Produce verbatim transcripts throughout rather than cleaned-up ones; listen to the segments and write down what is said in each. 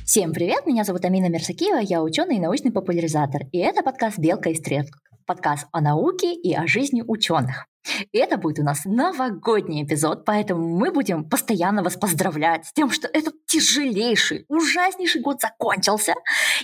Всем привет, меня зовут Амина Мерсакиева, я ученый и научный популяризатор, и это подкаст «Белка и стрелка», подкаст о науке и о жизни ученых. И это будет у нас новогодний эпизод, поэтому мы будем постоянно вас поздравлять с тем, что этот тяжелейший, ужаснейший год закончился,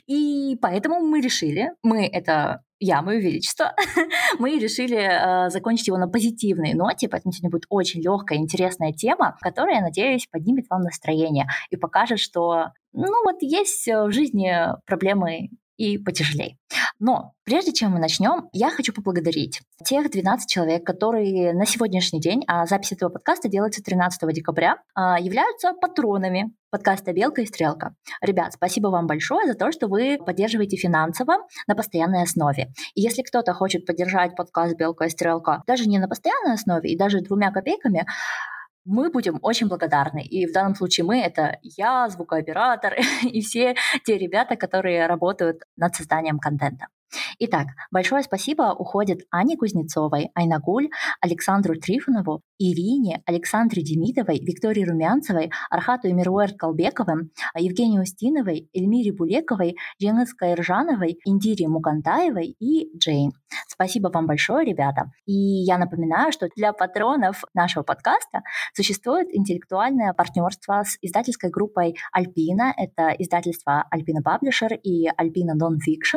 и поэтому мы решили, мы это... Я, Мое Величество, мы решили э, закончить его на позитивной ноте, поэтому сегодня будет очень легкая, интересная тема, которая, я надеюсь, поднимет вам настроение и покажет, что, ну вот, есть в жизни проблемы и потяжелее. Но прежде чем мы начнем, я хочу поблагодарить тех двенадцать человек, которые на сегодняшний день, а запись этого подкаста делается тринадцатого декабря, являются патронами подкаста «Белка и стрелка». Ребят, спасибо вам большое за то, что вы поддерживаете финансово на постоянной основе. И если кто-то хочет поддержать подкаст «Белка и стрелка» даже не на постоянной основе и даже двумя копейками, мы будем очень благодарны. И в данном случае мы — это я, звукооператор и все те ребята, которые работают над созданием контента. Итак, большое спасибо уходит Ане Кузнецовой, Айнагуль, Александру Трифонову, Ирине, Александре Демидовой, Виктории Румянцевой, Архату Эмируэр Калбековым, Евгении Устиновой, Эльмире Булековой, Женес Каиржановой, Индире Мукантаевой и Джейн. Спасибо вам большое, ребята. И я напоминаю, что для патронов нашего подкаста существует интеллектуальное партнерство с издательской группой Альпина. Это издательство Альпина Паблишер и Альпина Нонфикшн.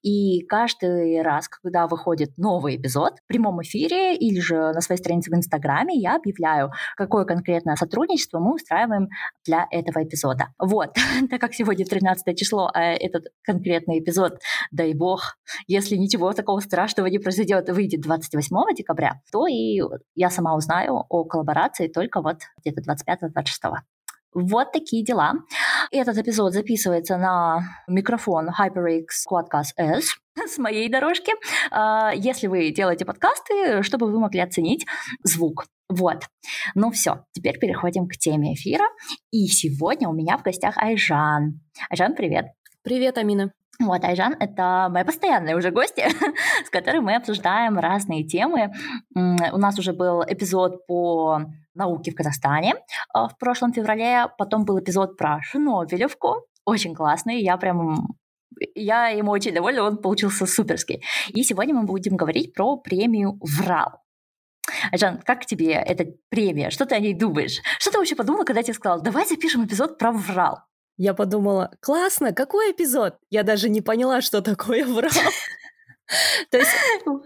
И каждый раз, когда выходит новый эпизод в прямом эфире или же на своей странице в Инстаграме, я объявляю, какое конкретное сотрудничество мы устраиваем для этого эпизода. Вот, так как сегодня тринадцатое число, а этот конкретный эпизод, дай бог, если ничего такого страшного не произойдет, выйдет двадцать восьмого декабря, то и я сама узнаю о коллаборации только вот где-то двадцать пятого двадцать шестого. Вот такие дела. Этот эпизод записывается на микрофон HyperX Quadcast S с моей дорожки. Если вы делаете подкасты, чтобы вы могли оценить звук. Вот. Ну все, теперь переходим к теме эфира. И сегодня у меня в гостях Айжан. Айжан, привет. Привет, Амина. Вот, Айжан — это моя постоянная уже гостья, с которой мы обсуждаем разные темы. У нас уже был эпизод по науке в Казахстане в прошлом феврале, потом был эпизод про Шнобелевку, очень классный, я прям... Я ему очень довольна, он получился суперский. И сегодня мы будем говорить про премию ВРАЛ. Айжан, как тебе эта премия? Что ты о ней думаешь? Что ты вообще подумала, когда я тебе сказала, давай запишем эпизод про ВРАЛ? Я подумала, классно, какой эпизод? Я даже не поняла, что такое ВРАЛ. То есть,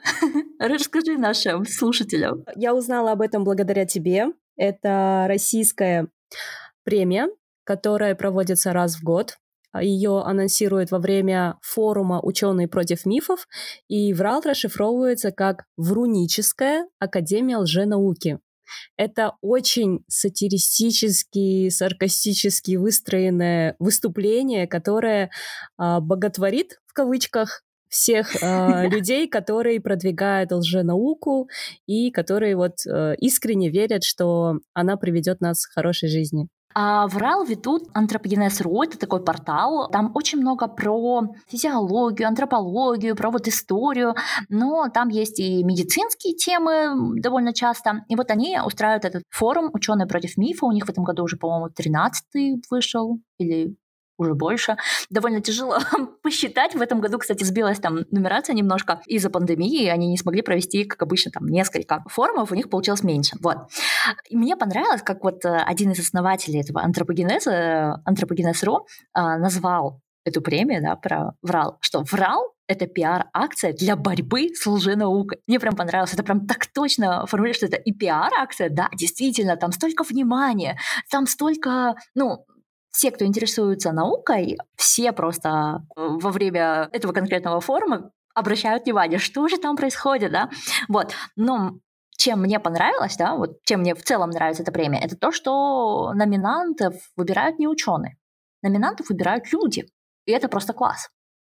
расскажи нашим слушателям. Я узнала об этом благодаря тебе. Это российская премия, которая проводится раз в год. Ее анонсируют во время форума «Ученые против мифов», и ВРАЛ расшифровывается как «Вруническая академия лженауки». Это очень сатиристически, саркастически выстроенное выступление, которое э, боготворит, в кавычках, всех э, людей, которые продвигают лженауку и которые вот э, искренне верят, что она приведет нас к хорошей жизни. А ВРАЛ ведут Anthropogenes точка ру, это такой портал. Там очень много про физиологию, антропологию, про вот историю, но там есть и медицинские темы довольно часто. И вот они устраивают этот форум «Ученые против мифа». У них в этом году уже, по-моему, тринадцатый вышел или уже больше. Довольно тяжело посчитать. В этом году, кстати, сбилась там нумерация немножко из-за пандемии. Они не смогли провести, как обычно, там несколько форумов. У них получилось меньше. Вот. И мне понравилось, как вот один из основателей этого антропогенеза, Anthropogenes точка ру, назвал эту премию, да, про ВРАЛ, что ВРАЛ — это пиар-акция для борьбы с лженаукой. Мне прям понравилось. Это прям так точно формулирует, что это и пиар-акция. Да, действительно, там столько внимания, там столько, ну, все, кто интересуется наукой, все просто во время этого конкретного форума обращают внимание, что же там происходит, да. Вот. Но чем мне понравилось, да, вот чем мне в целом нравится эта премия, это то, что номинантов выбирают не ученые. Номинантов выбирают люди. И это просто класс.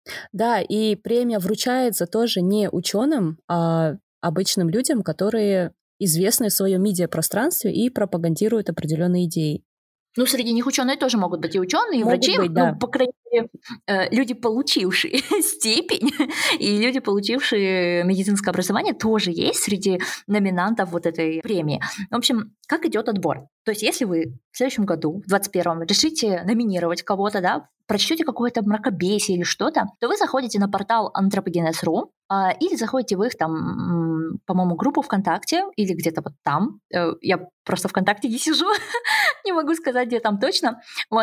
Да, и премия вручается тоже не ученым, а обычным людям, которые известны в своем медиапространстве и пропагандируют определенные идеи. Ну, среди них ученые тоже могут быть и ученые, и Могут врачи, быть, да. Ну, по крайней мере, люди, получившие степень, и люди, получившие медицинское образование, тоже есть среди номинантов вот этой премии. В общем, как идет отбор? То есть, если вы в следующем году, в двадцать первом, решите номинировать кого-то, да, прочтете какое-то мракобесие или что-то, то вы заходите на портал anthropogenes точка ру а, или заходите в их там, м, по-моему, группу ВКонтакте или где-то вот там. Э, Я просто ВКонтакте не сижу, не могу сказать, где там точно. Вот.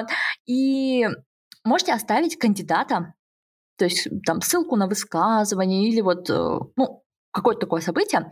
И можете оставить кандидата, то есть там ссылку на высказывание или вот, э, ну, какое-то такое событие.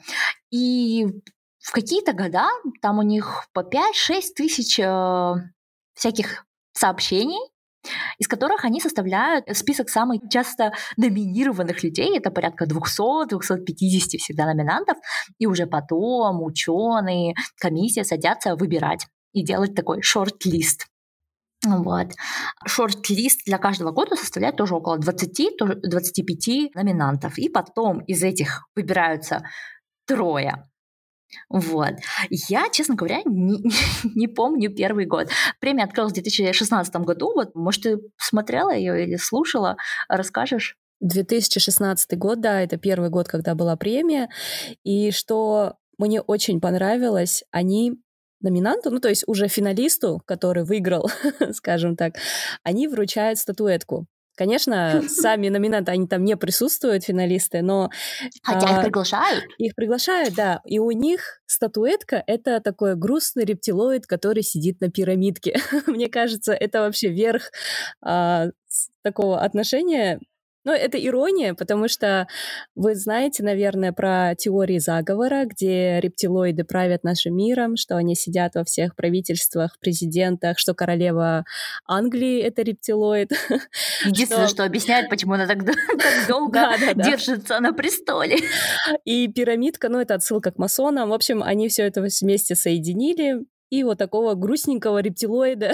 И в какие-то года там у них по пять-шесть тысяч э, всяких сообщений, из которых они составляют список самых часто номинированных людей. Это порядка двести-двести пятьдесят всегда номинантов. И уже потом ученые, комиссия садятся выбирать и делать такой шорт-лист. Вот. Шорт-лист для каждого года составляет тоже около двадцати-двадцати пяти номинантов. И потом из этих выбираются трое. Вот. Я, честно говоря, не, не помню первый год. Премия открылась в две тысячи шестнадцатом году. Вот, может, ты смотрела ее или слушала? Расскажешь? две тысячи шестнадцатый год, да, это первый год, когда была премия. И что мне очень понравилось, они номинанту, ну, то есть уже финалисту, который выиграл, скажем так, они вручают статуэтку. Конечно, сами номинанты, они там не присутствуют, финалисты, но... Хотя их приглашают. Их приглашают, да. И у них статуэтка — это такой грустный рептилоид, который сидит на пирамидке. Мне кажется, это вообще верх а, такого отношения. Ну, это ирония, потому что вы знаете, наверное, про теории заговора, где рептилоиды правят нашим миром, что они сидят во всех правительствах, президентах, что королева Англии — это рептилоид. Единственное, что... что объясняет, почему она так, так долго да, да, да. держится на престоле. И пирамидка, ну, это отсылка к масонам. В общем, они все это вместе соединили, и вот такого грустненького рептилоида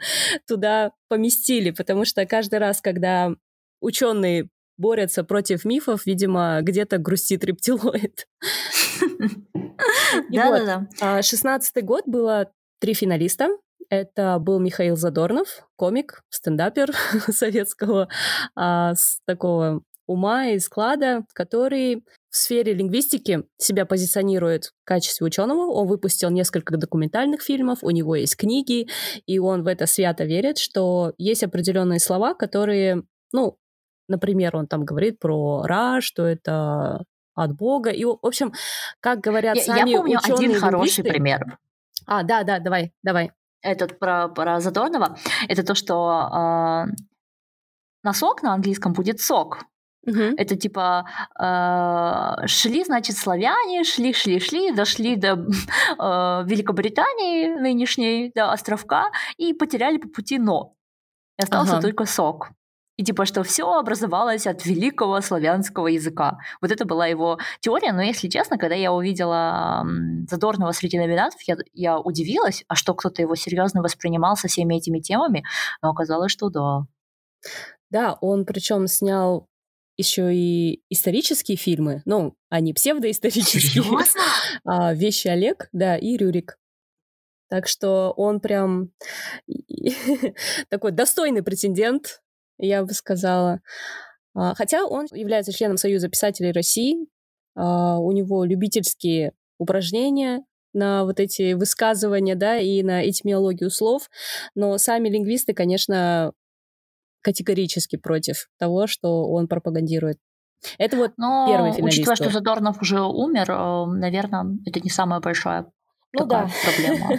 туда поместили, потому что каждый раз, когда ученые борются против мифов, видимо, где-то грустит рептилоид. Да-да-да. шестнадцатый год было три финалиста. Это был Михаил Задорнов, комик, стендапер советского а, с такого ума и склада, который в сфере лингвистики себя позиционирует в качестве ученого. Он выпустил несколько документальных фильмов, у него есть книги, и он в это свято верит, что есть определенные слова, которые, ну, например, он там говорит про Ра, что это от Бога. И, в общем, как говорят я, сами я помню ученые один хороший лингвисты... пример. А, да, да, давай, давай. Этот про, про Задорнова. Это то, что э, носок на английском будет сок. Uh-huh. Это типа э, шли, значит, славяне, шли, шли, шли, дошли до э, Великобритании нынешней, до островка, и потеряли по пути но. И остался uh-huh. только сок. И типа, что все образовалось от великого славянского языка. Вот это была его теория, но, если честно, когда я увидела Задорнова среди номинантов, я, я удивилась, а что кто-то его серьезно воспринимал со всеми этими темами, но оказалось, что да. Да, он причем снял еще и исторические фильмы, ну, они псевдоисторические. Серьезно? «Вещи Олег», да, и «Рюрик». Так что он прям такой достойный претендент, я бы сказала. Хотя он является членом Союза писателей России, у него любительские упражнения на вот эти высказывания, да, и на этимологию слов, но сами лингвисты, конечно, категорически против того, что он пропагандирует. Это вот но, первый финалист. Учитывая, что Задорнов уже умер, наверное, это не самая большая ну, такая да. проблема.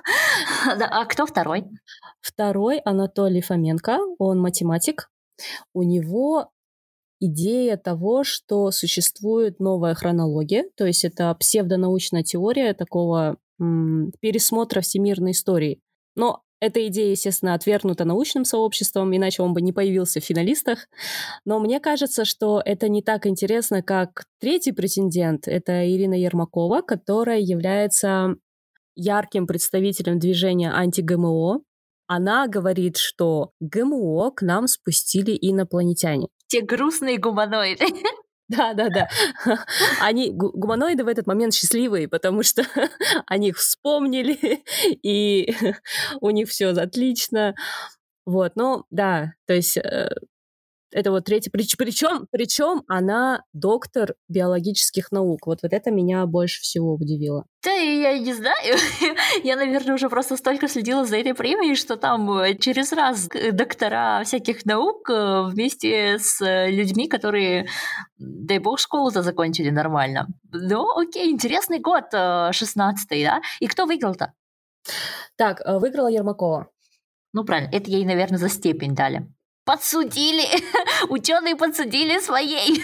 А кто второй? Второй Анатолий Фоменко, он математик. У него идея того, что существует новая хронология, то есть это псевдонаучная теория такого м- пересмотра всемирной истории. Но эта идея, естественно, отвергнута научным сообществом, иначе он бы не появился в финалистах. Но мне кажется, что это не так интересно, как третий претендент. Это Ирина Ермакова, которая является ярким представителем движения анти-ГМО. Она говорит, что ГМО к нам спустили инопланетяне. Те грустные гуманоиды. Да-да-да. Они, гуманоиды в этот момент счастливые, потому что они их вспомнили, и у них все отлично. Вот, ну, да, то есть Это вот третий. Причем, причем она доктор биологических наук. Вот, вот это меня больше всего удивило. Да, я не знаю. Я, наверное, уже просто столько следила за этой премией, что там через раз доктора всяких наук вместе с людьми, которые, дай бог, школу-то закончили нормально. Ну, окей, интересный год, шестнадцатый, да? И кто выиграл-то? Так, выиграла Ермакова. Ну, правильно, это ей, наверное, за степень дали. Подсудили! Ученые подсудили своей!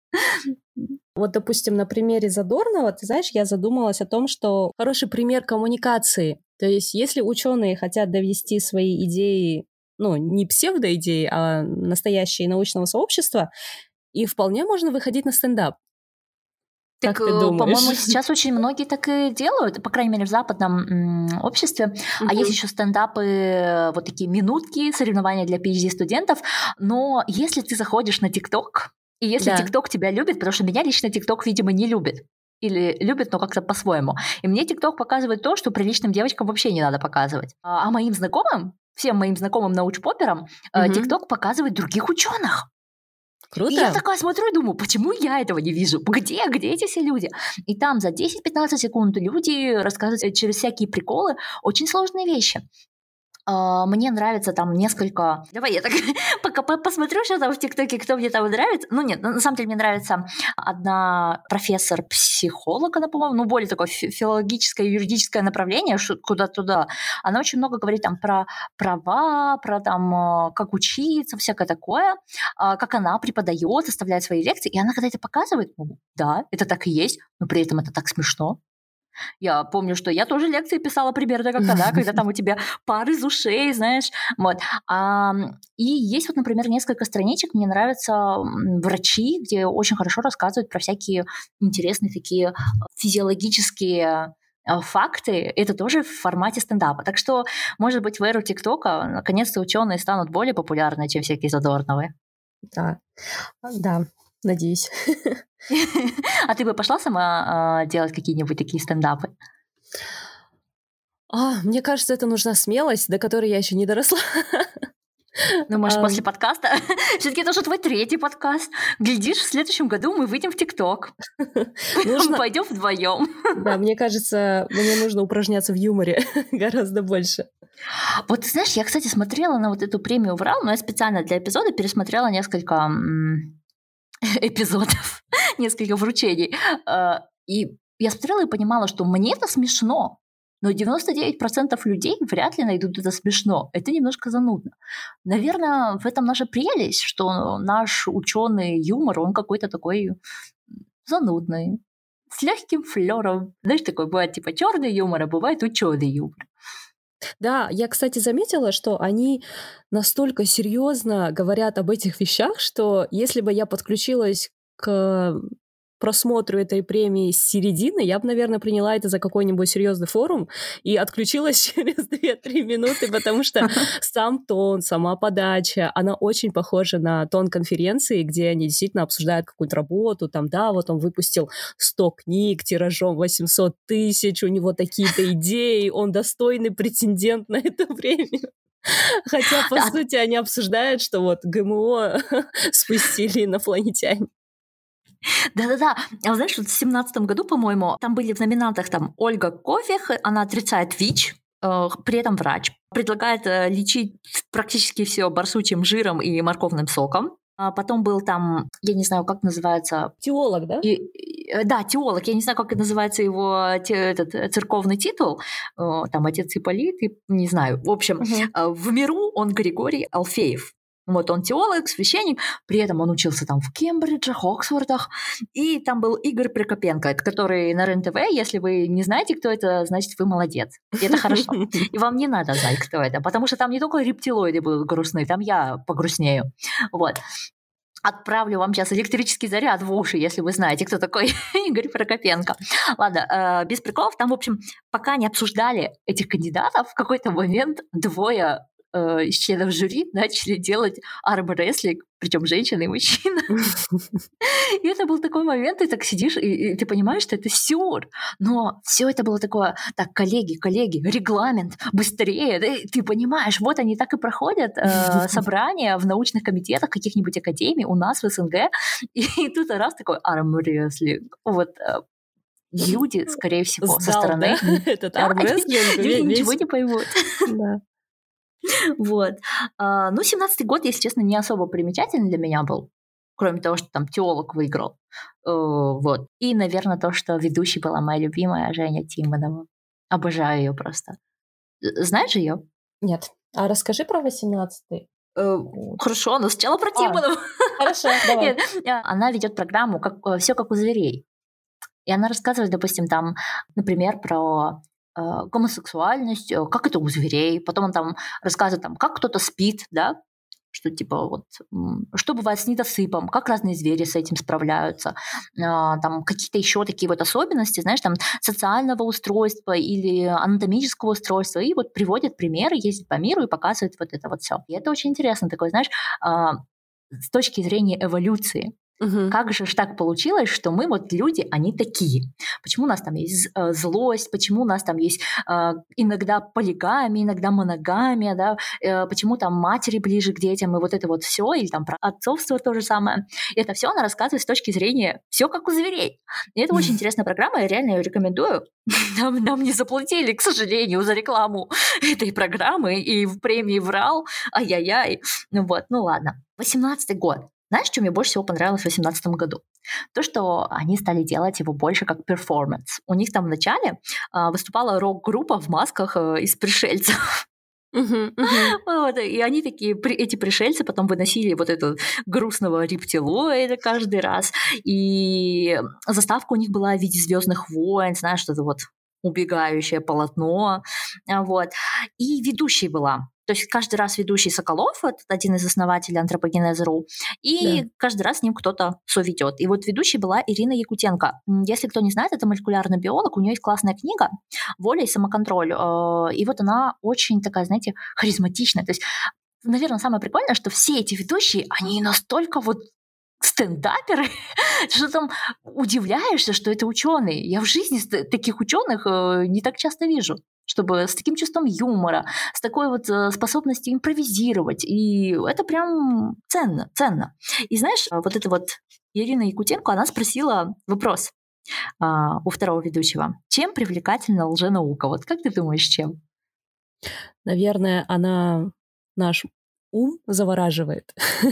Вот, допустим, на примере Задорнова, ты знаешь, я задумалась о том, что хороший пример коммуникации. То есть если ученые хотят довести свои идеи, ну, не псевдоидеи, а настоящие научного сообщества, и вполне можно выходить на стендап. Так, по-моему, сейчас очень многие так и делают, по крайней мере, в западном м, обществе. Mm-hmm. А есть еще стендапы, вот такие минутки, соревнования для пи эйч ди-студентов. Но если ты заходишь на ТикТок, и если ТикТок да. тебя любит, потому что меня лично ТикТок, видимо, не любит. Или любит, но как-то по-своему. И мне ТикТок показывает то, что приличным девочкам вообще не надо показывать. А, а моим знакомым, всем моим знакомым научпоперам, mm-hmm. ТикТок показывает других ученых. Круто. И я такая смотрю и думаю, почему я этого не вижу? Где, где эти все люди? И там за десять-пятнадцать секунд люди рассказывают через всякие приколы очень сложные вещи. Мне нравится там несколько... Давай я так пока посмотрю, что там в ТикТоке, кто мне там нравится. Ну нет, на самом деле мне нравится одна профессор-психолог, она, по-моему, ну более такое филологическое, юридическое направление, куда-то туда. Она очень много говорит там про права, про там как учиться, всякое такое, как она преподает, оставляет свои лекции. И она когда это показывает, ну да, это так и есть, но при этом это так смешно. Я помню, что я тоже лекции писала примерно как тогда, когда там у тебя пар из ушей, знаешь. Вот. А, и есть вот, например, несколько страничек, мне нравятся врачи, где очень хорошо рассказывают про всякие интересные такие физиологические факты. Это тоже в формате стендапа. Так что, может быть, в эру ТикТока наконец-то ученые станут более популярны, чем всякие Задорновые. Да, да. Надеюсь. А ты бы пошла сама э, делать какие-нибудь такие стендапы? А, мне кажется, это нужна смелость, до которой я еще не доросла. Ну, может, после подкаста? Все-таки это уже твой третий подкаст. Глядишь, в следующем году мы выйдем в ТикТок. Нужно... Пойдем вдвоем. Да, мне кажется, мне нужно упражняться в юморе гораздо больше. Вот, ты знаешь, я, кстати, смотрела на вот эту премию «Урал», но я специально для эпизода пересмотрела несколько... эпизодов, несколько вручений. И я смотрела и понимала, что мне это смешно, но девяносто девять процентов людей вряд ли найдут это смешно. Это немножко занудно. Наверное, в этом наша прелесть, что наш ученый юмор, он какой-то такой занудный, с легким флером. Знаешь, такой бывает типа черный юмор, а бывает ученый юмор. Да, я, кстати, заметила, что они настолько серьезно говорят об этих вещах, что если бы я подключилась к просмотру этой премии с середины, я бы, наверное, приняла это за какой-нибудь серьезный форум и отключилась через две-три минуты, потому что сам тон, сама подача, она очень похожа на тон конференции, где они действительно обсуждают какую-то работу, там, да, вот он выпустил сто книг тиражом восемьсот тысяч, у него такие-то идеи, он достойный претендент на эту премию. Хотя, по сути, они обсуждают, что вот ГМО спустили инопланетяне. Да-да-да. А знаешь, вот в семнадцатом году, по-моему, там были в номинантах там Ольга Кофех, она отрицает ВИЧ, э, при этом врач. Предлагает э, лечить практически все барсучьим жиром и морковным соком. А потом был там, я не знаю, как называется... Теолог, да? И, и, да, теолог. Я не знаю, как называется его те, этот, церковный титул. Э, там отец Ипполит, и, не знаю. В общем, uh-huh. э, в миру он Григорий Алфеев. Вот он теолог, священник, при этом он учился там в Кембриджах, Оксфордах, и там был Игорь Прокопенко, который на РЕН-ТВ, если вы не знаете, кто это, значит, вы молодец, и это хорошо, и вам не надо знать, кто это, потому что там не только рептилоиды будут грустны, там я погрустнею, вот. Отправлю вам сейчас электрический заряд в уши, если вы знаете, кто такой Игорь Прокопенко. Ладно, э, без приколов, там, в общем, пока не обсуждали этих кандидатов, в какой-то момент двое из членов жюри начали делать армрестлинг, причем женщина и мужчина. И это был такой момент, ты так сидишь, и, и ты понимаешь, что это сюр. Но все это было такое, так, коллеги, коллеги, регламент, быстрее. Ты, ты понимаешь, вот они так и проходят э, собрания в научных комитетах каких-нибудь академий у нас в СНГ. И, и тут раз такой армрестлинг. Вот э, люди, скорее всего, Сдал, со стороны... Да? Этот Да, армрестлинг. люди весь- ничего не поймут. Да. Вот. А, ну, семнадцатый год, если честно, не особо примечательный для меня был, кроме того, что там теолог выиграл. Э, вот. И, наверное, то, что ведущей была моя любимая Женя Тимонова. Обожаю ее просто. З- Знаешь ее? Нет. А расскажи про восемнадцатый. Э, Хорошо, но сначала про А, Тимонову. Хорошо, давай. Нет, э, Она ведет программу как, «Все как у зверей». И она рассказывает, допустим, там, например, про э, гомосексуальность, э, как это у зверей. Потом он там рассказывает, там, как кто-то спит, да, что типа вот, м, что бывает с недосыпом, как разные звери с этим справляются, А, там какие-то еще такие вот особенности, знаешь, там социального устройства или анатомического устройства, и вот приводит примеры, ездит по миру и показывает вот это вот все. И это очень интересно, такой, знаешь, а, с точки зрения эволюции. Мгм. Как же ж так получилось, что мы вот люди, они такие? Почему у нас там есть э, злость? Почему у нас там есть э, иногда полигамия, иногда моногамия, да? Э, почему там матери ближе к детям и вот это вот все, или там про отцовство то же самое. И это все она рассказывает с точки зрения все как у зверей. И это очень интересная программа, я реально ее рекомендую. Нам, нам не заплатили, к сожалению, за рекламу этой программы и в премии врал. Ай-яй-яй. Ну вот, ну ладно. восемнадцатый год. Знаешь, что мне больше всего понравилось в две тысячи восемнадцатом году? То, что они стали делать его больше как перформанс. У них там в начале а, выступала рок-группа в масках а, из пришельцев. Мгм, мгм. Вот, и они такие, при- эти пришельцы потом выносили вот этого грустного рептилоида каждый раз. И заставка у них была в виде «Звездных войн», знаешь, что-то вот убегающее полотно. А, Вот. И ведущей была. То есть каждый раз ведущий Соколов, это один из основателей антропогенеза точка ру, и Да. каждый раз с ним кто-то соведет. И вот ведущей была Ирина Якутенко. М, Если кто не знает, это молекулярный биолог, у нее есть классная книга «Воля и самоконтроль». Э, И вот она очень такая, знаете, харизматичная. То есть, наверное, самое прикольное, что все эти ведущие, они настолько вот стендаперы, что там удивляешься, что это ученые. Я в жизни ст- таких ученых э, не так часто вижу, чтобы с таким чувством юмора, с такой вот э, способностью импровизировать. И это прям ценно, ценно. И знаешь, э, вот эта вот Ирина Якутенко, она спросила вопрос а, у второго ведущего. Чем привлекательна лженаука? Вот как ты думаешь, чем? Наверное, она наш ум завораживает.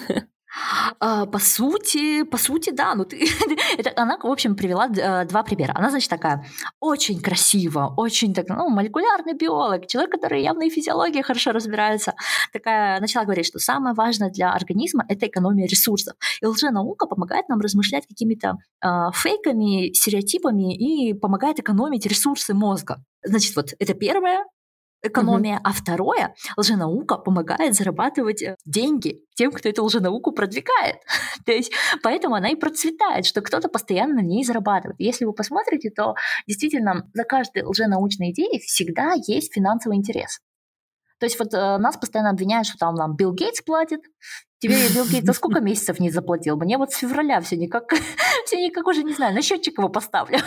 А, по сути, по сути, да. Ну, ты, это, она, в общем, привела э, два примера. Она, значит, такая очень красиво, очень так, ну, молекулярный биолог, человек, который явно и в физиологии хорошо разбирается. Такая начала говорить, что самое важное для организма – это экономия ресурсов. И лженаука помогает нам размышлять какими-то э, фейками, стереотипами и помогает экономить ресурсы мозга. Значит, вот это первое. Экономия. А второе, лженаука помогает зарабатывать э, деньги тем, кто эту лженауку продвигает. То есть поэтому она и процветает, что кто-то постоянно на ней зарабатывает. Если вы посмотрите, то действительно за каждой лженаучной идеей всегда есть финансовый интерес. То есть вот э, нас постоянно обвиняют, что там нам Билл Гейтс платит. Тебе Билл Гейтс за сколько месяцев не заплатил? Мне вот с февраля все никак, все никак уже не знаю, на счетчик его поставлю.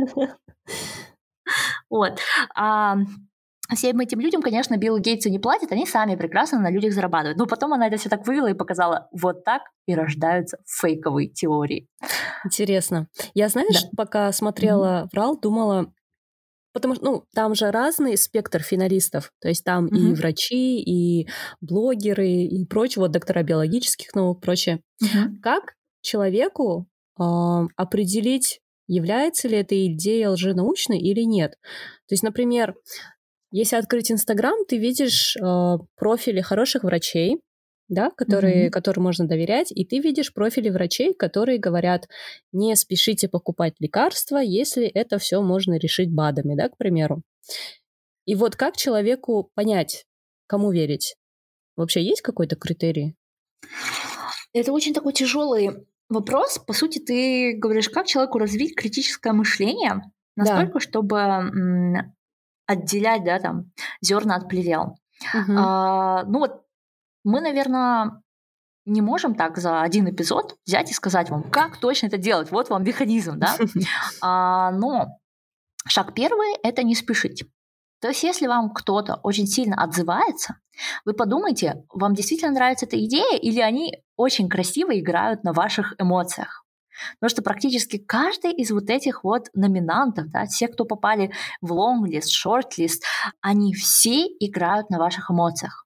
Вот. А всем этим людям, конечно, Биллу Гейтсу не платят, они сами прекрасно на людях зарабатывают. Но потом она это все так вывела и показала, вот так и рождаются фейковые теории. Интересно. Я, знаешь, Да. пока смотрела «Врал», думала, потому что, ну, там же разный спектр финалистов. То есть там и Мгм. врачи, и блогеры, и прочее, вот доктора биологических наук, прочее. Мгм. Как человеку а, определить, является ли эта идея лженаучной или нет? То есть, например, если открыть Инстаграм, ты видишь э, профили хороших врачей, да, которые, Мгм. которым можно доверять, и ты видишь профили врачей, которые говорят, не спешите покупать лекарства, если это все можно решить БАДами, да, к примеру. И вот как человеку понять, кому верить? Вообще есть какой-то критерий? Это очень такой тяжелый вопрос. По сути, ты говоришь, как человеку развить критическое мышление Да. настолько, чтобы м, отделять, да, там, зерна от плевел. Мгм. А, ну вот мы, наверное, не можем так за один эпизод взять и сказать вам, как точно это делать. Вот вам механизм, да? А, но шаг первый – это не спешить. То есть если вам кто-то очень сильно отзывается, вы подумайте, вам действительно нравится эта идея или они очень красиво играют на ваших эмоциях. Потому что практически каждый из вот этих вот номинантов, да, все, кто попали в лонглист, шортлист, они все играют на ваших эмоциях.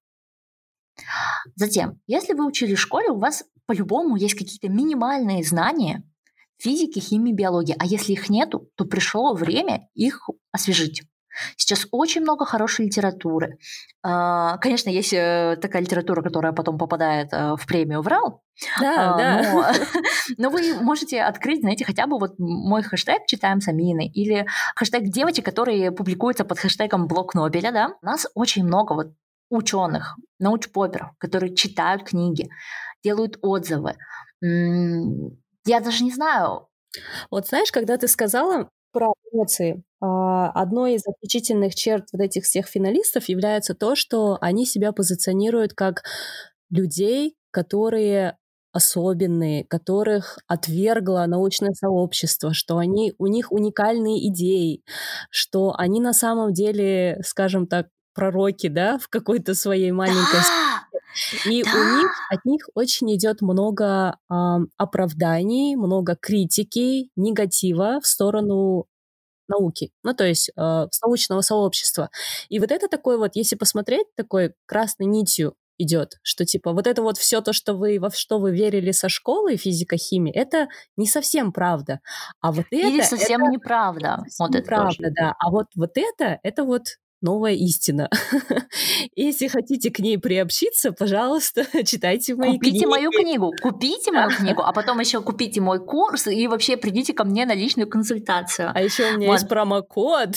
Затем, если вы учились в школе, у вас по-любому есть какие-то минимальные знания физики, химии, биологии. А если их нету, то пришло время их освежить. Сейчас очень много хорошей литературы. Конечно, есть такая литература, которая потом попадает в премию ВРАЛ. Да, да. Но, но вы можете открыть, знаете, хотя бы вот мой хэштег «Читаем с Аминой» или хэштег девочек, которые публикуются под хэштегом «Блок Нобеля». Да? У нас очень много вот ученых, научпоперов, которые читают книги, делают отзывы. Я даже не знаю. Вот знаешь, когда ты сказала про эмоции, одной из отличительных черт вот этих всех финалистов является то, что они себя позиционируют как людей, которые особенные, которых отвергло научное сообщество, что они, у них уникальные идеи, что они на самом деле, скажем так, пророки, да, в какой-то своей маленькой сфере. И Да. у них, от них очень идет много э, оправданий, много критики, негатива в сторону науки, ну, то есть э, с научного сообщества. И вот это такой вот, если посмотреть, такой красной нитью идет, что типа вот это вот все то, что вы, во что вы верили со школы, физика, химия, это не совсем правда. А вот это... Или совсем это, неправда. Это совсем вот это неправда, тоже. Да. А вот, вот это, это вот новая истина. Если хотите к ней приобщиться, пожалуйста, читайте мои купите книги. мою книгу, купите мою книгу, а потом еще купите мой курс и вообще придите ко мне на личную консультацию. А еще у меня вот. есть промокод.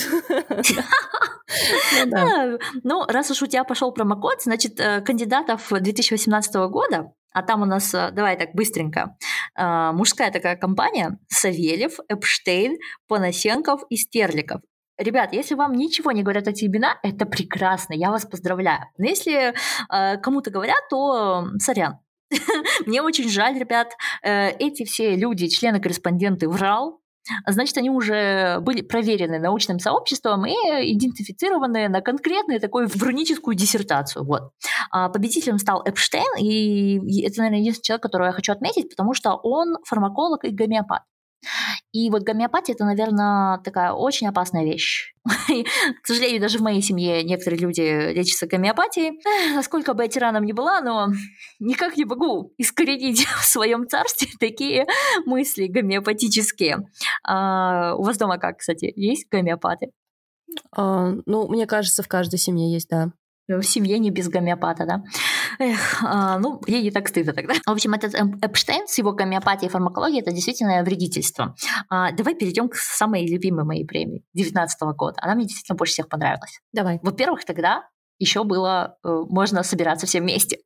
ну, да. ну, раз уж у тебя пошел промокод, значит, кандидатов две тысячи восемнадцатого года, а там у нас, давай так быстренько, мужская такая компания: Савельев, Эпштейн, Панасенков и Стерликов. Ребят, если вам ничего не говорят эти имена, это прекрасно, я вас поздравляю. Но если э, кому-то говорят, то сорян. Мне очень жаль, ребят. Э, эти все люди, члены-корреспонденты ВРАЛ, значит, они уже были проверены научным сообществом и идентифицированы на конкретную такую вруническую диссертацию. Вот. А победителем стал Эпштейн, и это, наверное, единственный человек, которого я хочу отметить, потому что он фармаколог и гомеопат. И вот гомеопатия – это, наверное, такая очень опасная вещь. И, к сожалению, даже в моей семье некоторые люди лечатся гомеопатией. Насколько бы я тираном ни была, но никак не могу искоренить в своем царстве такие мысли гомеопатические. А у вас дома как, кстати, есть гомеопаты? А, ну, мне кажется, в каждой семье есть, да. В семье не без гомеопата, да? Эх, а, ну, ей не так стыдно тогда. В общем, этот Эпштейн с его гомеопатией и фармакологией – это действительно вредительство. А, давай перейдем к самой любимой моей премии две тысячи девятнадцатого года. Она мне действительно больше всех понравилась. Давай. Во-первых, тогда еще было, э, можно собираться все вместе.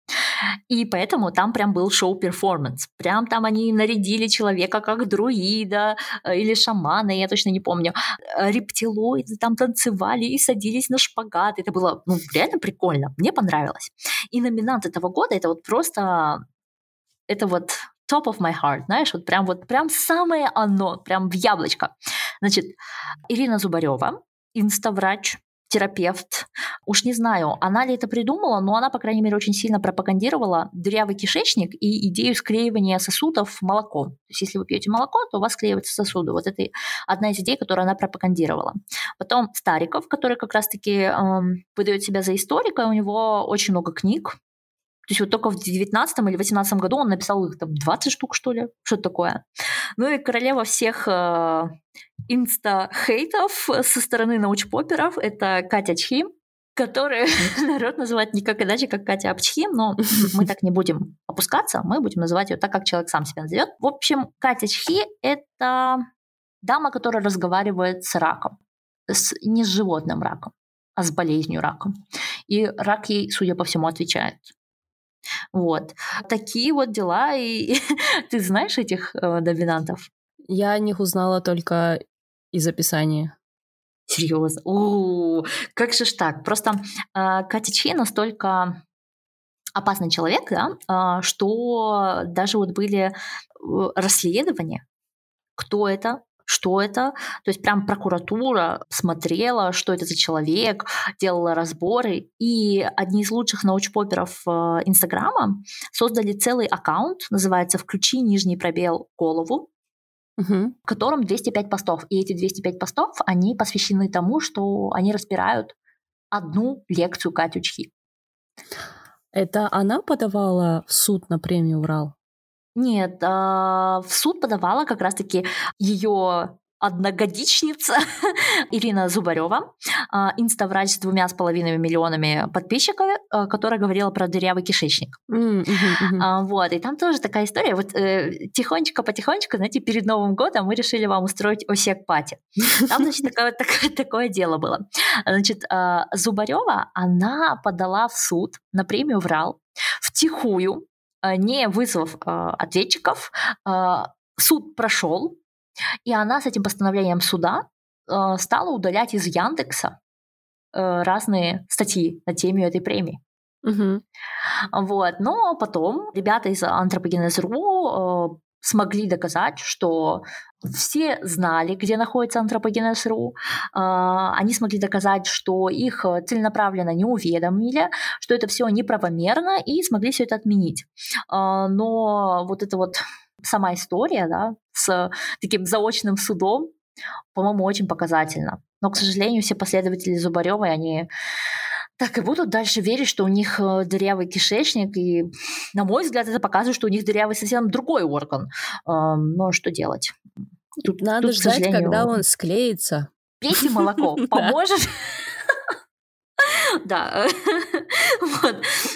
И поэтому там прям был шоу-перформанс. Прям там они нарядили человека как друида или шамана, я точно не помню. Рептилоиды там танцевали и садились на шпагат. Это было ну, реально прикольно. Мне понравилось. И номинант этого года — это вот просто... Это вот top of my heart, знаешь, вот прям вот прям самое оно, прям в яблочко. Значит, Ирина Зубарева, инставрач, терапевт. Уж не знаю, она ли это придумала, но она, по крайней мере, очень сильно пропагандировала дырявый кишечник и идею склеивания сосудов молоком. То есть если вы пьете молоко, то у вас склеиваются сосуды. Вот это одна из идей, которую она пропагандировала. Потом Стариков, который как раз-таки эм, выдает себя за историка, у него очень много книг. То есть вот только в девятнадцатом или восемнадцатом году он написал их там двадцать штук, что ли, что-то такое. Ну и королева всех э, инста-хейтов со стороны научпоперов — это Катя Чхи, которую народ называет никак иначе, как Катя Апчхи, но мы так не будем опускаться, мы будем называть ее так, как человек сам себя назовет. В общем, Катя Чхи — это дама, которая разговаривает с раком, с, не с животным раком, а с болезнью раком. И рак ей, судя по всему, отвечает. Вот. Такие вот дела. И ты знаешь этих э, доминантов? Я о них узнала только из описания. Серьезно? О, как же ж так? Просто э, Катя Чхи настолько опасный человек, да, что даже вот были расследования, кто это, что это. То есть прям прокуратура смотрела, что это за человек, делала разборы. И одни из лучших научпоперов Инстаграма создали целый аккаунт, называется «Включи нижний пробел голову», угу. в котором двести пять постов. И эти двести пять постов, они посвящены тому, что они разбирают одну лекцию Катючки. Это она подавала в суд на премию «Урал»? Нет, в суд подавала как раз-таки ее одногодичница Ирина Зубарева, инставрач с двумя с половиной миллионами подписчиков, которая говорила про дырявый кишечник. Mm-hmm, mm-hmm. Вот, и там тоже такая история. Вот э, тихонечко-потихонечку, знаете, перед Новым годом мы решили вам устроить осек-пати. Там, значит, такое, такое, такое дело было. Значит, э, Зубарева, она подала в суд на премию «Урал» втихую, э, не вызвав э, ответчиков. Э, суд прошел, и она с этим постановлением суда э, стала удалять из Яндекса э, разные статьи на теме этой премии. Угу. Вот. Но потом ребята из Anthropogenes.ru э, смогли доказать, что все знали, где находится Anthropogenes.ru. Э, они смогли доказать, что их целенаправленно не уведомили, что это все неправомерно, и смогли все это отменить. Э, но вот это вот сама история, да, с таким заочным судом, по-моему, очень показательна. Но, к сожалению, все последователи Зубаревой, они так и будут дальше верить, что у них дырявый кишечник, и, на мой взгляд, это показывает, что у них дырявый совсем другой орган. Но что делать? Тут, Надо тут, ждать, когда он склеится. Пейте молоко, поможет. Да, вот.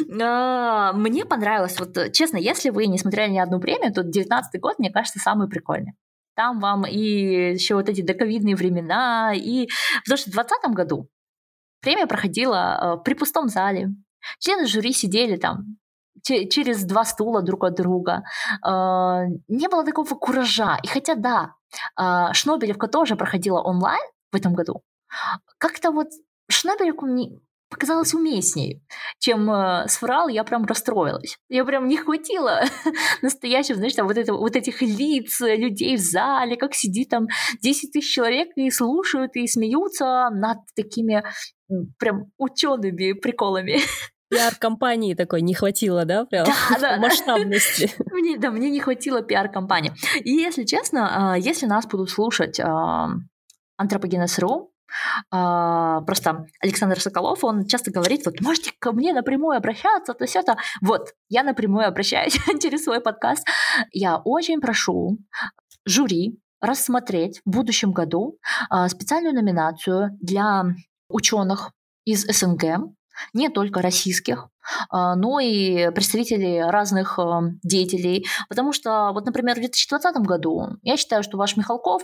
Мне понравилось, вот честно, если вы не смотрели ни одну премию, то девятнадцатый год, мне кажется, самый прикольный. Там вам и еще вот эти доковидные времена, и потому что в двадцатом году премия проходила при пустом зале, члены жюри сидели там через два стула друг от друга, не было такого куража. И хотя да, Шнобелевка тоже проходила онлайн в этом году, как-то вот Шнобелевку мне показалось уместнее, чем э, с «Урал», я прям расстроилась. Я прям не хватило настоящего, знаешь, там вот, это, вот этих лиц, людей в зале, как сидит там десять тысяч человек и слушают, и смеются над такими прям учеными приколами. Пиар-компании такой не хватило, да, прям да, да, масштабности. Мне, да, мне не хватило пиар-компании. И если честно, э, если нас будут слушать э, Anthropogenes.ru, Uh, просто Александр Соколов, он часто говорит, вот можете ко мне напрямую обращаться, то все это. Вот, я напрямую обращаюсь через свой подкаст. Я очень прошу жюри рассмотреть в будущем году uh, специальную номинацию для ученых из СНГ, не только российских, но и представителей разных деятелей. Потому что, вот, например, в две тысячи двадцатом году я считаю, что ваш Михалков,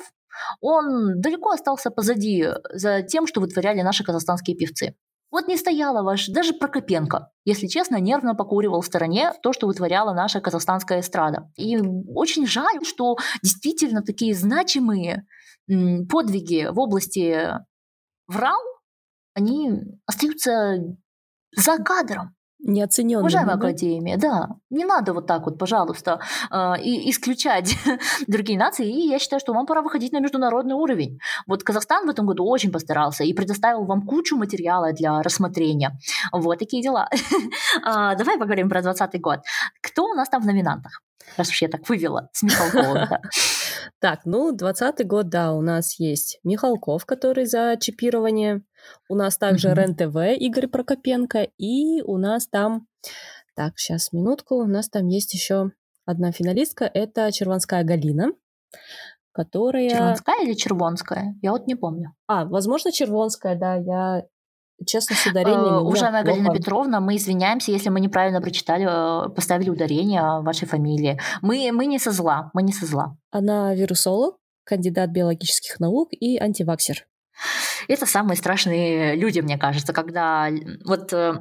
он далеко остался позади за тем, что вытворяли наши казахстанские певцы. Вот не стояла ваш, даже Прокопенко, если честно, нервно покуривал в стороне то, что вытворяла наша казахстанская эстрада. И очень жаль, что действительно такие значимые подвиги в области ВРАЛ, они остаются за кадром. Неоценёнными. Уважаемая Академия, да, не надо вот так вот, пожалуйста, э, и исключать другие нации, и я считаю, что вам пора выходить на международный уровень. Вот Казахстан в этом году очень постарался и предоставил вам кучу материала для рассмотрения. Вот такие дела. Давай поговорим про двадцатый год. Кто у нас там в номинантах? Раз уж я так вывела с Михалковым. Так, ну, двадцатый год, да, у нас есть Михалков, который за чипирование. У нас также mm-hmm. РЕН-ТВ Игорь Прокопенко. И у нас там... Так, сейчас, минутку. У нас там есть еще одна финалистка. Это Червонская Галина, которая... Червонская или Червонская? Я вот не помню. А, возможно, Червонская, да. Я... Честно, с ударением. Uh, уважаемая Галина Петровна, мы извиняемся, если мы неправильно прочитали, поставили ударение в вашей фамилии. Мы, мы не со зла, мы не со зла. Она вирусолог, кандидат биологических наук и антиваксер. Это самые страшные люди, мне кажется, когда вот э,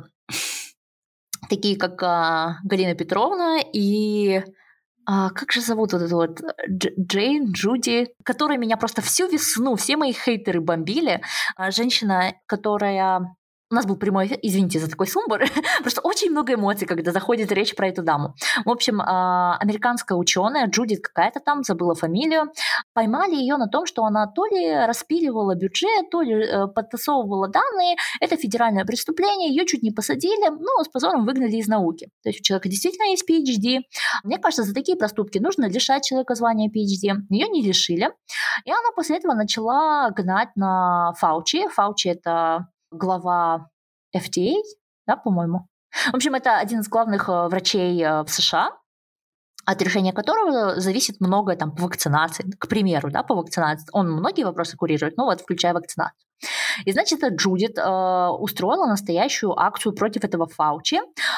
такие, как э, Галина Петровна и... А, как же зовут вот эту вот Джейн, Джуди, которая меня просто всю весну, все мои хейтеры бомбили. А, женщина, которая У нас был прямой эфир, извините за такой сумбур, просто очень много эмоций, когда заходит речь про эту даму. В общем, американская ученая, Джудит какая-то там, забыла фамилию, поймали ее на том, что она то ли распиливала бюджет, то ли подтасовывала данные. Это федеральное преступление, ее чуть не посадили, но с позором выгнали из науки. То есть у человека действительно есть пи эйч ди. Мне кажется, за такие проступки нужно лишать человека звания пи эйч ди. Ее не лишили. И она после этого начала гнать на Фаучи. Фаучи – это глава эф ди эй, да, по-моему. В общем, это один из главных врачей в США, от решения которого зависит многое там по вакцинации. К примеру, да, по вакцинации. Он многие вопросы курирует, ну вот, включая вакцинацию. И, значит, эта Джудит э, устроила настоящую акцию против этого Фаучи,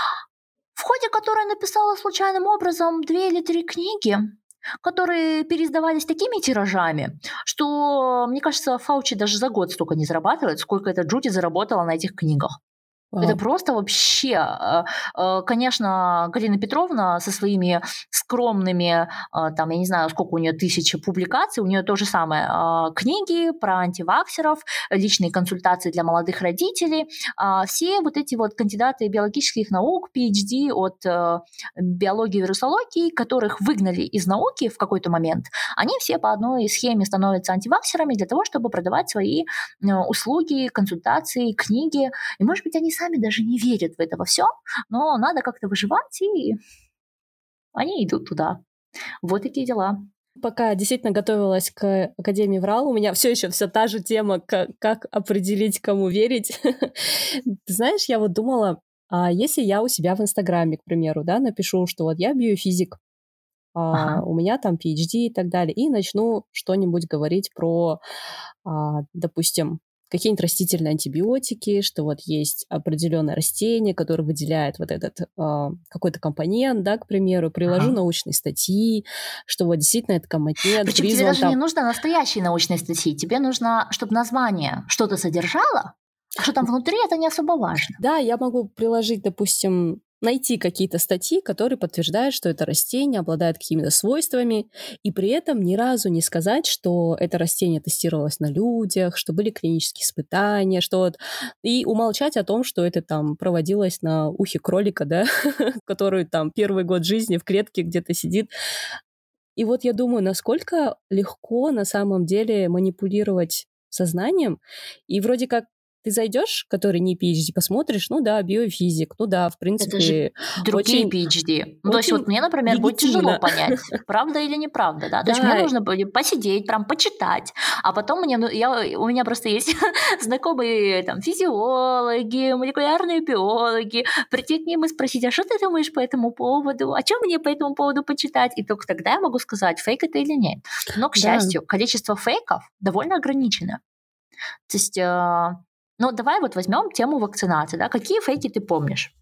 в ходе которой написала случайным образом две или три книги, которые переиздавались такими тиражами, что, мне кажется, Фаучи даже за год столько не зарабатывает, сколько эта Джудит заработала на этих книгах. Wow. Это просто вообще, конечно, Галина Петровна со своими скромными, там, я не знаю, сколько у нее тысяч публикаций, у нее то же самое, книги про антиваксеров, личные консультации для молодых родителей, все вот эти вот кандидаты биологических наук, пи эйч ди от биологии и вирусологии, которых выгнали из науки в какой-то момент, они все по одной схеме становятся антиваксерами для того, чтобы продавать свои услуги, консультации, книги, и, может быть, они сами сами даже не верят в это во все, но надо как-то выживать, и они идут туда. Вот такие дела. Пока действительно готовилась к Академии ВРАЛ, у меня все еще все та же тема, как, как определить, кому верить. Ты знаешь, я вот думала, а если я у себя в Инстаграме, к примеру, да, напишу, что вот я биофизик, а, ага. у меня там пи эйч ди и так далее, и начну что-нибудь говорить про, а, допустим, какие-нибудь растительные антибиотики, что вот есть определенное растение, которое выделяет вот этот э, какой-то компонент, да, к примеру, приложу ага. научные статьи, что вот действительно этот компонент Причем призван... тебе даже там... не нужно настоящие научные статьи, тебе нужно, чтобы название что-то содержало, а что там внутри, это не особо важно. Да, я могу приложить, допустим, найти какие-то статьи, которые подтверждают, что это растение обладает какими-то свойствами, и при этом ни разу не сказать, что это растение тестировалось на людях, что были клинические испытания, что вот... И умолчать о том, что это там проводилось на ухе кролика, да, который там первый год жизни в клетке где-то сидит. И вот я думаю, насколько легко на самом деле манипулировать сознанием, и вроде как ты зайдешь, который не пи эйч ди, посмотришь, ну да, биофизик, ну да, в принципе... Это же другие очень, пи эйч ди. Ну, то есть вот мне, например, легитимно. Будет тяжело понять, правда или неправда, да? То да. есть мне нужно посидеть, прям почитать, а потом мне, ну, я, у меня просто есть знакомые там физиологи, молекулярные биологи, прийти к ним и спросить, а что ты думаешь по этому поводу, а что мне по этому поводу почитать? И только тогда я могу сказать, фейк это или нет. Но, к да. счастью, количество фейков довольно ограничено. То есть... Ну, давай вот возьмем тему вакцинации, да? Какие фейки ты помнишь?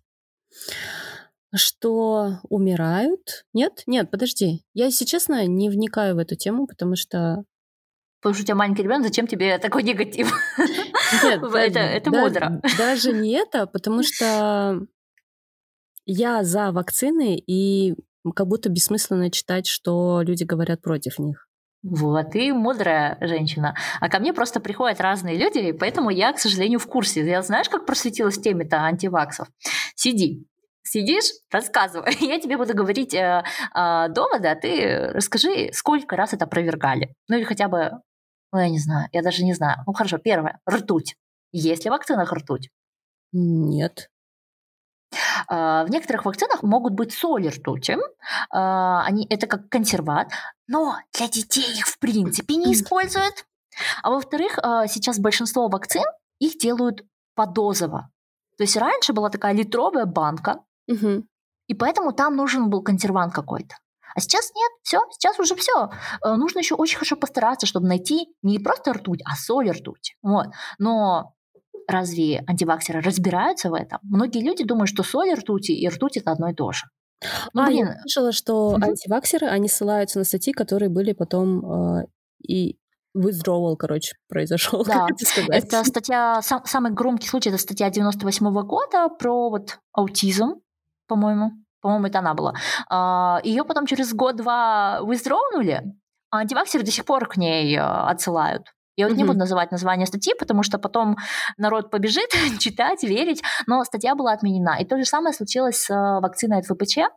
Что умирают? Нет? Нет, подожди. Я, если честно, не вникаю в эту тему, потому что... Потому что у тебя маленький ребенок, зачем тебе такой негатив? Нет, это, это да, мудро. Даже не это, потому что я за вакцины, и как будто бессмысленно читать, что люди говорят против них. Вот, ты мудрая женщина. А ко мне просто приходят разные люди, и поэтому я, к сожалению, в курсе. Я знаешь, как просветилась в теме-то антиваксов? Сиди. Сидишь, рассказывай. Я тебе буду говорить э, э, доводы, а ты расскажи, сколько раз это опровергали. Ну или хотя бы, ну я не знаю, я даже не знаю. Ну хорошо, первое, ртуть. Есть ли в вакцинах ртуть? Нет. В некоторых вакцинах могут быть соли ртути, они, это как консерват, но для детей их в принципе не используют. А во-вторых, сейчас большинство вакцин их делают подозово. То есть раньше была такая литровая банка, угу. и поэтому там нужен был консервант какой-то. А сейчас нет, все, сейчас уже все. Нужно еще очень хорошо постараться, чтобы найти не просто ртуть, а соль ртуть. Вот. Но разве антиваксеры разбираются в этом? Многие люди думают, что соль ртути и ртуть – это одно и то же. Ну, а, блин. Я слышала, что mm-hmm. антиваксеры, они ссылаются на статьи, которые были потом э, и withdrawal, короче, произошел. Да, это статья, сам, самый громкий случай, это статья девяносто восьмого года про вот аутизм, по-моему. По-моему, это она была. А, ее потом через год-два withdrawнули, а антиваксеры до сих пор к ней отсылают. Я вот Мгм. не буду называть название статьи, потому что потом народ побежит читать, верить, но статья была отменена. И то же самое случилось с э, вакциной от вэ пэ че.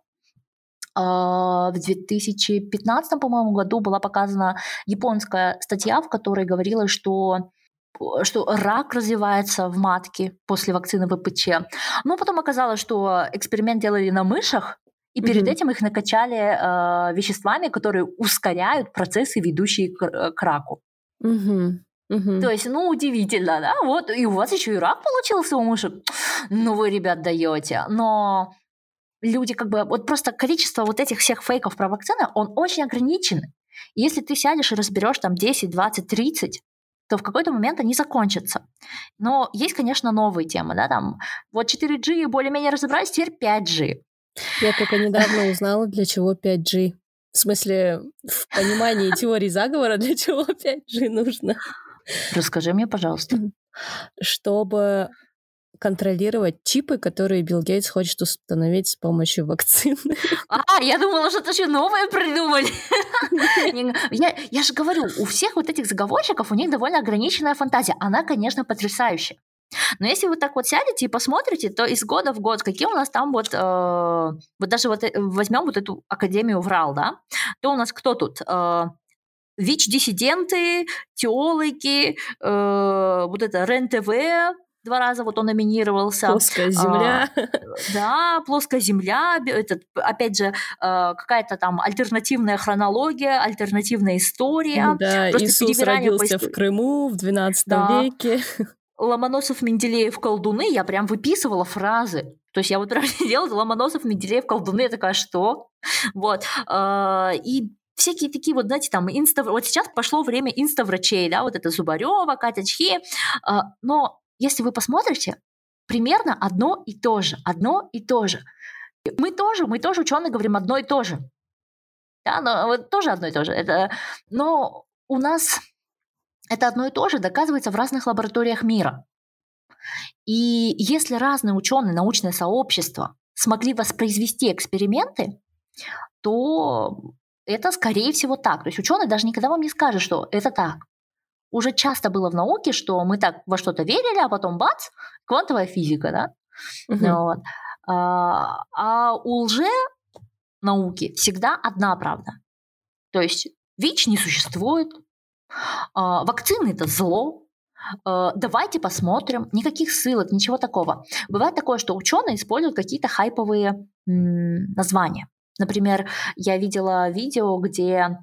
А, В две тысячи пятнадцатом, по-моему, году была показана японская статья, в которой говорилось, что что рак развивается в матке после вакцины вэ пэ че. Но потом оказалось, что эксперимент делали на мышах, и перед Мгм. этим их накачали э, веществами, которые ускоряют процессы, ведущие к, э, к раку. Мгм. Мгм. То есть, ну, удивительно, да? Вот, и у вас еще и рак получился у мышек. Ну, вы, ребят, даете. Но люди как бы... Вот просто количество вот этих всех фейков про вакцины, он очень ограничен. И если ты сядешь и разберешь там десять, двадцать, тридцать, то в какой-то момент они закончатся. Но есть, конечно, новые темы, да, там вот четыре джи более-менее разобрались, теперь пять джи. Я только недавно узнала, для чего пять джи. В смысле, в понимании теории заговора, для чего пять джи нужно. Расскажи мне, пожалуйста. Чтобы контролировать чипы, которые Билл Гейтс хочет установить с помощью вакцины. А, я думала, что-то еще новое придумали. Не, Я, я же говорю, у всех вот этих заговорщиков у них довольно ограниченная фантазия. Она, конечно, потрясающая. Но если вы так вот сядете и посмотрите, то из года в год, какие у нас там вот, э, вот даже вот э, возьмем вот эту Академию Врал, да, то у нас кто тут? Э, ВИЧ-диссиденты, теологи, э, вот это РЕН-ТВ, два раза вот он номинировался. Плоская земля. А, да, плоская земля, б- этот, опять же, э, какая-то там альтернативная хронология, альтернативная история. Да, Просто Иисус перевирание по родился в истории. Крыму в двенадцатом Да. веке. Ломоносов, Менделеев, колдуны, я прям выписывала фразы. То есть я вот прям делала Ломоносов, Менделеев, колдуны, я такая, что? Вот. А, И всякие такие вот, знаете, там, инста... вот сейчас пошло время инставрачей, да, вот это Зубарева, Катя Чхи. А, Но если вы посмотрите, примерно одно и то же, одно и то же. Мы тоже, мы тоже, ученые, говорим одно и то же. Да, но вот тоже одно и то же. Это... Но у нас это одно и то же доказывается в разных лабораториях мира. И если разные ученые, научное сообщество смогли воспроизвести эксперименты, то это, скорее всего, так. То есть ученый даже никогда вам не скажет, что это так. Уже часто было в науке, что мы так во что-то верили, а потом бац, квантовая физика, да? Мгм. Вот. А, а у лже-науки всегда одна правда. То есть ВИЧ не существует, а, вакцины – это зло, а, давайте посмотрим, никаких ссылок, ничего такого. Бывает такое, что ученые используют какие-то хайповые м, названия. Например, я видела видео, где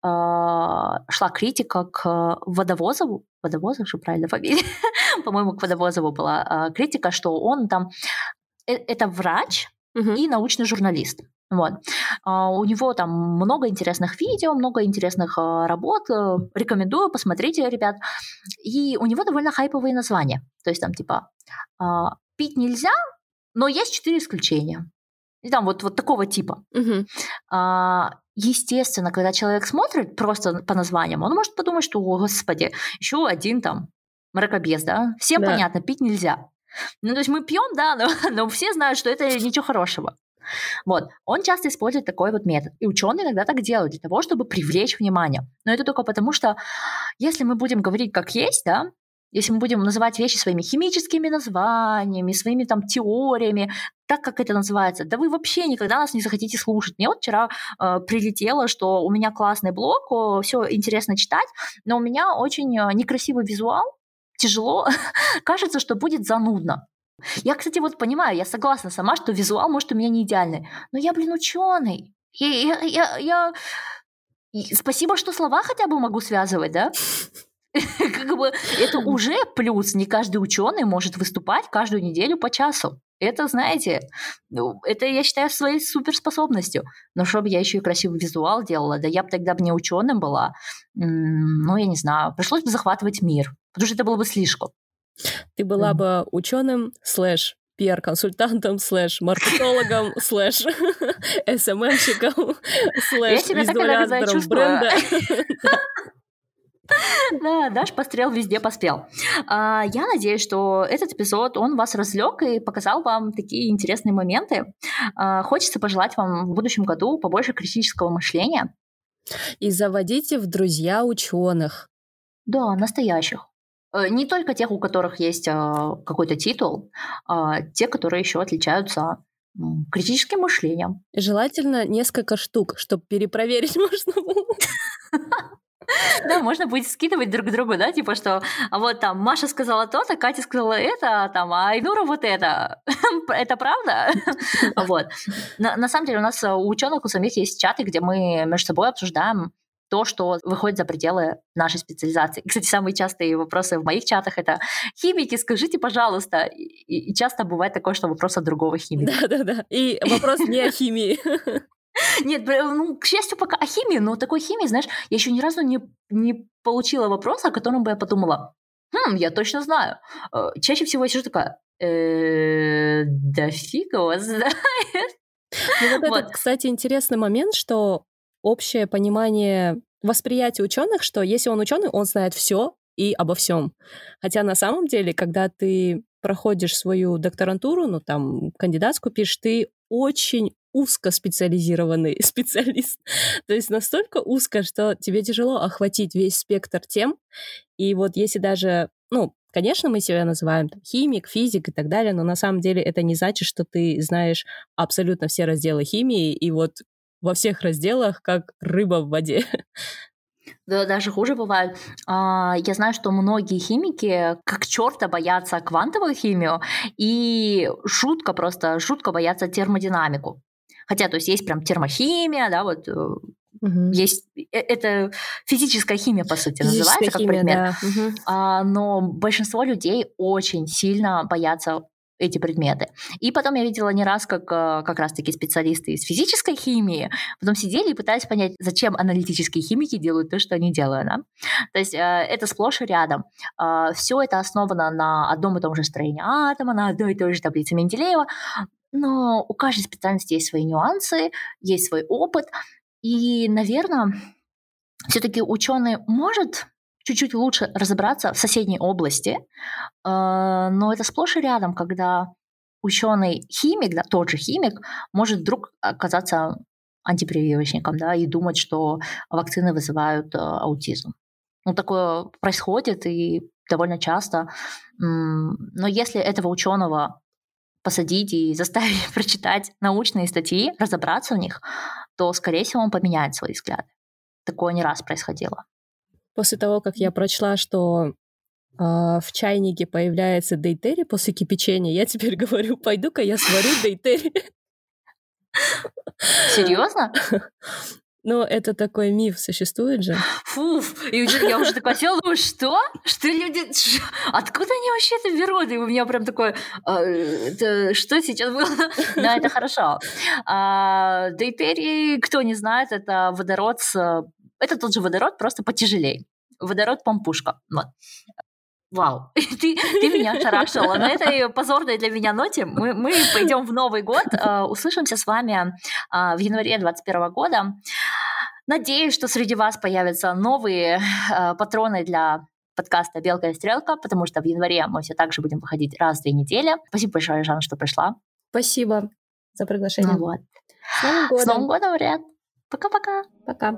а, шла критика к Водовозову, Водовозов же правильно фамилия, по-моему, к Водовозову была а, критика, что он там, э- это врач Мгм. и научный журналист. Вот. А, У него там много интересных видео, много интересных а, работ. э, Рекомендую, посмотрите, ребят. И у него довольно хайповые названия. То есть там типа а, «пить нельзя, но есть четыре исключения». И там вот, вот такого типа. Мгм. А, Естественно, когда человек смотрит просто по названиям, он может подумать, что, о, господи, еще один там мракобес, да? Всем Да. понятно, пить нельзя. Ну, то есть мы пьем, да, но, но все знают, что это ничего хорошего. Вот. Он часто использует такой вот метод. И ученые иногда так делают для того, чтобы привлечь внимание. Но это только потому, что если мы будем говорить как есть, да, если мы будем называть вещи своими химическими названиями, своими там теориями, так, как это называется, да вы вообще никогда нас не захотите слушать. Мне вот вчера э, прилетело, что у меня классный блог, все интересно читать, но у меня очень э, некрасивый визуал, тяжело, кажется, что будет занудно. Я, кстати, вот понимаю, я согласна сама, что визуал, может, у меня не идеальный, но я, блин, ученый. Я, я, я, я... и спасибо, что слова хотя бы могу связывать, да? Как бы это уже плюс. Не каждый ученый может выступать каждую неделю по часу. Это, знаете, ну, это я считаю своей суперспособностью. Но чтобы я еще и красивый визуал делала, да я бы тогда бы не ученым была. М, Ну, я не знаю, пришлось бы захватывать мир, потому что это было бы слишком. Ты была Мгм. бы ученым слэш пиар-консультантом, слэш маркетологом, слэш эс эм эм-щиком, Я слэш себя так иногда визуализатором чувствую. бренда. Да, Даш пострел, везде поспел. А, Я надеюсь, что этот эпизод, он вас развлек и показал вам такие интересные моменты. А, Хочется пожелать вам в будущем году побольше критического мышления. И заводите в друзья ученых. Да, настоящих. Не только тех, у которых есть какой-то титул, а те, которые еще отличаются критическим мышлением. Желательно несколько штук, чтобы перепроверить можно было. Да, можно будет скидывать друг другу, да, типа что, а вот там Маша сказала то-то, Катя сказала это, там, а Айнура вот это. Это правда? Вот. На, на самом деле у нас у ученых у самих есть чаты, где мы между собой обсуждаем то, что выходит за пределы нашей специализации. И, кстати, самые частые вопросы в моих чатах — это «Химики, скажите, пожалуйста». И, и часто бывает такое, что вопрос от другого химика. Да-да-да. И вопрос не о химии. Нет, ну, к счастью, пока о химии, но такой химии, знаешь, я еще ни разу не, не получила вопроса, о котором бы я подумала, хм, я точно знаю. Чаще всего я сижу такая, да фиг его знает. Ну, вот, вот это, кстати, интересный момент, что общее понимание, восприятие ученых, что если он ученый, он знает все и обо всем. Хотя на самом деле, когда ты проходишь свою докторантуру, ну там кандидатскую пишешь, ты очень узкоспециализированный специалист. То есть настолько узко, что тебе тяжело охватить весь спектр тем. И вот если даже, ну, конечно, мы себя называем там, химик, физик и так далее, но на самом деле это не значит, что ты знаешь абсолютно все разделы химии и вот во всех разделах как рыба в воде. Да, даже хуже бывает. Я знаю, что многие химики как черта боятся квантовую химию и жутко просто, жутко боятся термодинамику. Хотя, то есть, есть прям термохимия, да, вот угу. Есть, это физическая химия, по сути, физическая называется, как химия, предмет. Да. Угу. А, но большинство людей очень сильно боятся эти предметы. И потом я видела не раз, как как раз-таки специалисты из физической химии потом сидели и пытались понять, зачем аналитические химики делают то, что они делают. Да? То есть это сплошь и рядом. Все это основано на одном и том же строении атома, на одной и той же таблице Менделеева, но у каждой специальности есть свои нюансы, есть свой опыт. И, наверное, все-таки ученый может чуть-чуть лучше разобраться в соседней области, но это сплошь и рядом, когда ученый-химик, да, тот же химик, может вдруг оказаться антипрививочником, да, и думать, что вакцины вызывают аутизм. Ну, такое происходит и довольно часто. Но если этого ученого посадить и заставить прочитать научные статьи, разобраться в них, то, скорее всего, он поменяет свои взгляды. Такое не раз происходило. После того, как я прочла, что э, в чайнике появляется дейтерий после кипячения, я теперь говорю, пойду-ка я сварю дейтерий. Серьезно? Ну, это такой миф, существует же. Фу, и я уже такая села, думаю, что? Что люди... Откуда они вообще это берут? И у меня прям такое, это, что сейчас было? Да, это хорошо. А, дейтерий, кто не знает, это водород с... Это тот же водород, просто потяжелее. Водород-помпушка. Вот. Вау, ты, ты меня ошарашила. На этой позорной для меня ноте мы, мы пойдем в Новый год. Uh, услышимся с вами uh, в январе двадцать первого года. Надеюсь, что среди вас появятся новые uh, патроны для подкаста «Белка и стрелка», потому что в январе мы все так же будем выходить раз в две недели. Спасибо большое, Жанна, что пришла. Спасибо за приглашение. Ну вот. С Новым годом. С Новым годом, Ряд. Пока-пока. Пока.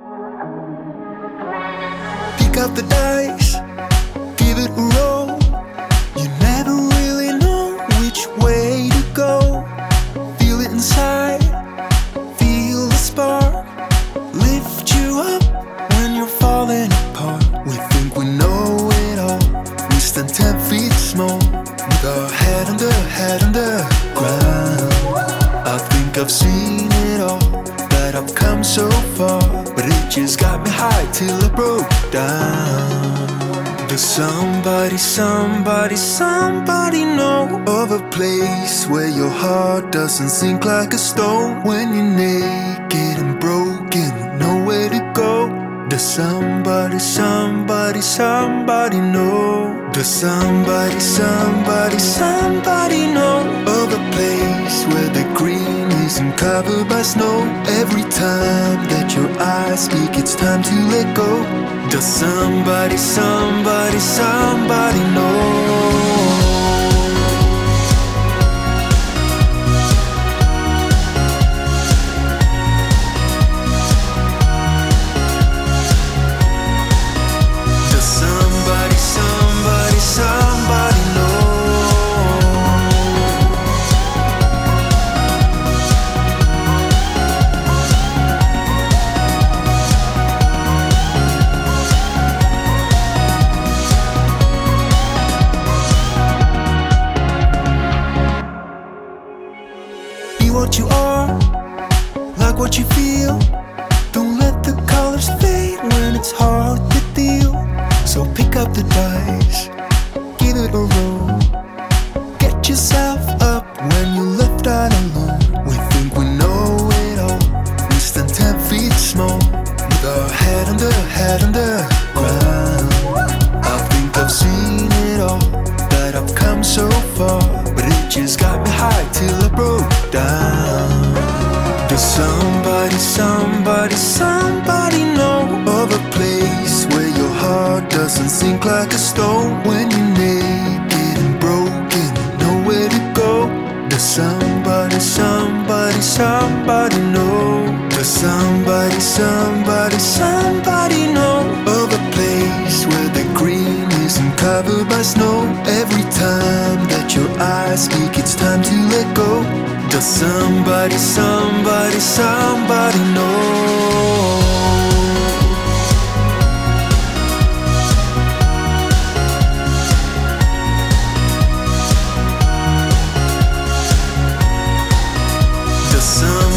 Pick up the dice, give it a roll. You never really know which way to go. Feel it inside, feel the spark. Lift you up when you're falling apart. We think we know it all. We stand ten feet small, with our head under, head under ground. I think I've seen it all, that I've come so far, but it just got me high till I broke down. Does somebody, somebody, somebody know of a place where your heart doesn't sink like a stone? When you're naked and broken with nowhere to go. Does somebody, somebody, somebody know? Does somebody, somebody, somebody know of a place where the green isn't covered by snow? Every time that your eyes speak, it's time to let go. Does somebody, somebody, somebody know? Does Be what you are, like what you feel. Don't let the colors fade when it's hard to deal. So pick up the dice, give it a roll. Get yourself up when you're left out alone. We think we know it all, we stand ten feet small, with our head under, head under ground. I think I've seen it all, that I've come so far, but it just got me high till I broke down. Does somebody, somebody, somebody know of a place where your heart doesn't sink like a stone? When you're naked and broken, nowhere to go. Does somebody, somebody, somebody know? Does somebody, somebody, somebody know of a place where the green isn't covered by snow? Every time that your eyes speak, it's time to let go. Does somebody, somebody, somebody know? Does somebody